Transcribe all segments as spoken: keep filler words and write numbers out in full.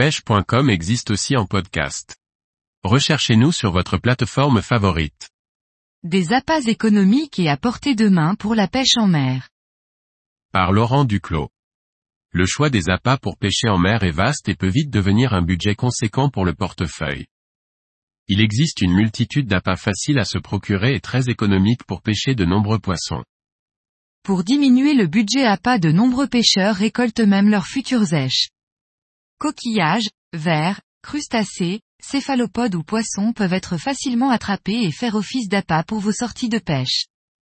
pêche point com existe aussi en podcast. Recherchez-nous sur votre plateforme favorite. Des appâts économiques et à portée de main pour la pêche en mer. Par Laurent Duclos. Le choix des appâts pour pêcher en mer est vaste et peut vite devenir un budget conséquent pour le portefeuille. Il existe une multitude d'appâts faciles à se procurer et très économiques pour pêcher de nombreux poissons. Pour diminuer le budget appât, de nombreux pêcheurs récoltent même leurs futures èches. Coquillages, vers, crustacés, céphalopodes ou poissons peuvent être facilement attrapés et faire office d'appât pour vos sorties de pêche.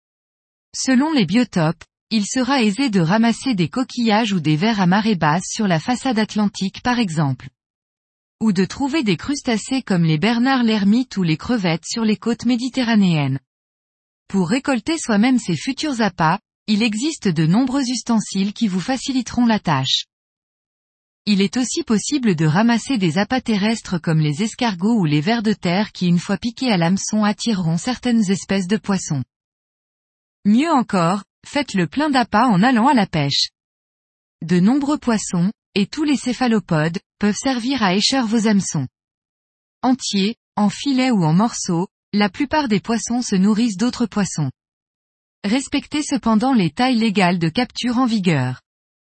Selon les biotopes, il sera aisé de ramasser des coquillages ou des vers à marée basse sur la façade atlantique par exemple. Ou de trouver des crustacés comme les bernards l'ermite ou les crevettes sur les côtes méditerranéennes. Pour récolter soi-même ces futurs appâts, il existe de nombreux ustensiles qui vous faciliteront la tâche. Il est aussi possible de ramasser des appâts terrestres comme les escargots ou les vers de terre qui une fois piqués à l'hameçon attireront certaines espèces de poissons. Mieux encore, faites le plein d'appâts en allant à la pêche. De nombreux poissons, et tous les céphalopodes, peuvent servir à écheur vos hameçons. Entiers, en filets ou en morceaux, la plupart des poissons se nourrissent d'autres poissons. Respectez cependant les tailles légales de capture en vigueur.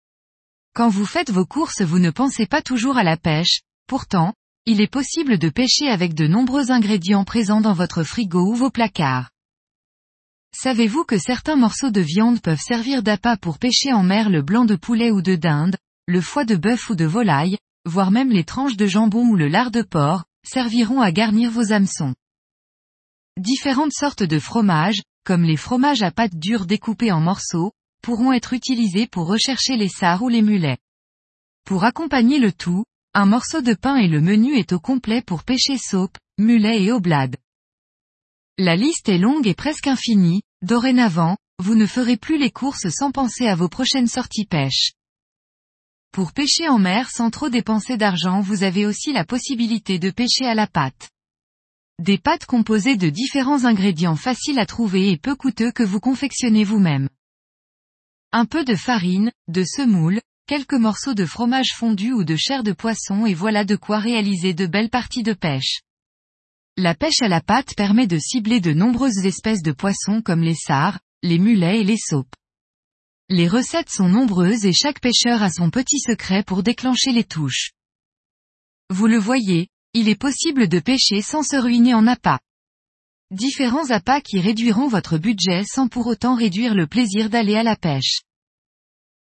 Quand vous faites vos courses, vous ne pensez pas toujours à la pêche, pourtant, il est possible de pêcher avec de nombreux ingrédients présents dans votre frigo ou vos placards. Savez-vous que certains morceaux de viande peuvent servir d'appât pour pêcher en mer? Le blanc de poulet ou de dinde, le foie de bœuf ou de volaille, voire même les tranches de jambon ou le lard de porc, serviront à garnir vos hameçons. Différentes sortes de fromages, comme les fromages à pâte dure découpés en morceaux, pourront être utilisés pour rechercher les sards ou les mulets. Pour accompagner le tout, un morceau de pain et le menu est au complet pour pêcher saupe, mulets et oblades. La liste est longue et presque infinie, dorénavant, vous ne ferez plus les courses sans penser à vos prochaines sorties pêche. Pour pêcher en mer sans trop dépenser d'argent, vous avez aussi la possibilité de pêcher à la pâte. Des pâtes composées de différents ingrédients faciles à trouver et peu coûteux que vous confectionnez vous-même. Un peu de farine, de semoule, quelques morceaux de fromage fondu ou de chair de poisson et voilà de quoi réaliser de belles parties de pêche. La pêche à la pâte permet de cibler de nombreuses espèces de poissons comme les sards, les mulets et les saupes. Les recettes sont nombreuses et chaque pêcheur a son petit secret pour déclencher les touches. Vous le voyez, il est possible de pêcher sans se ruiner en appât. Différents appâts qui réduiront votre budget sans pour autant réduire le plaisir d'aller à la pêche.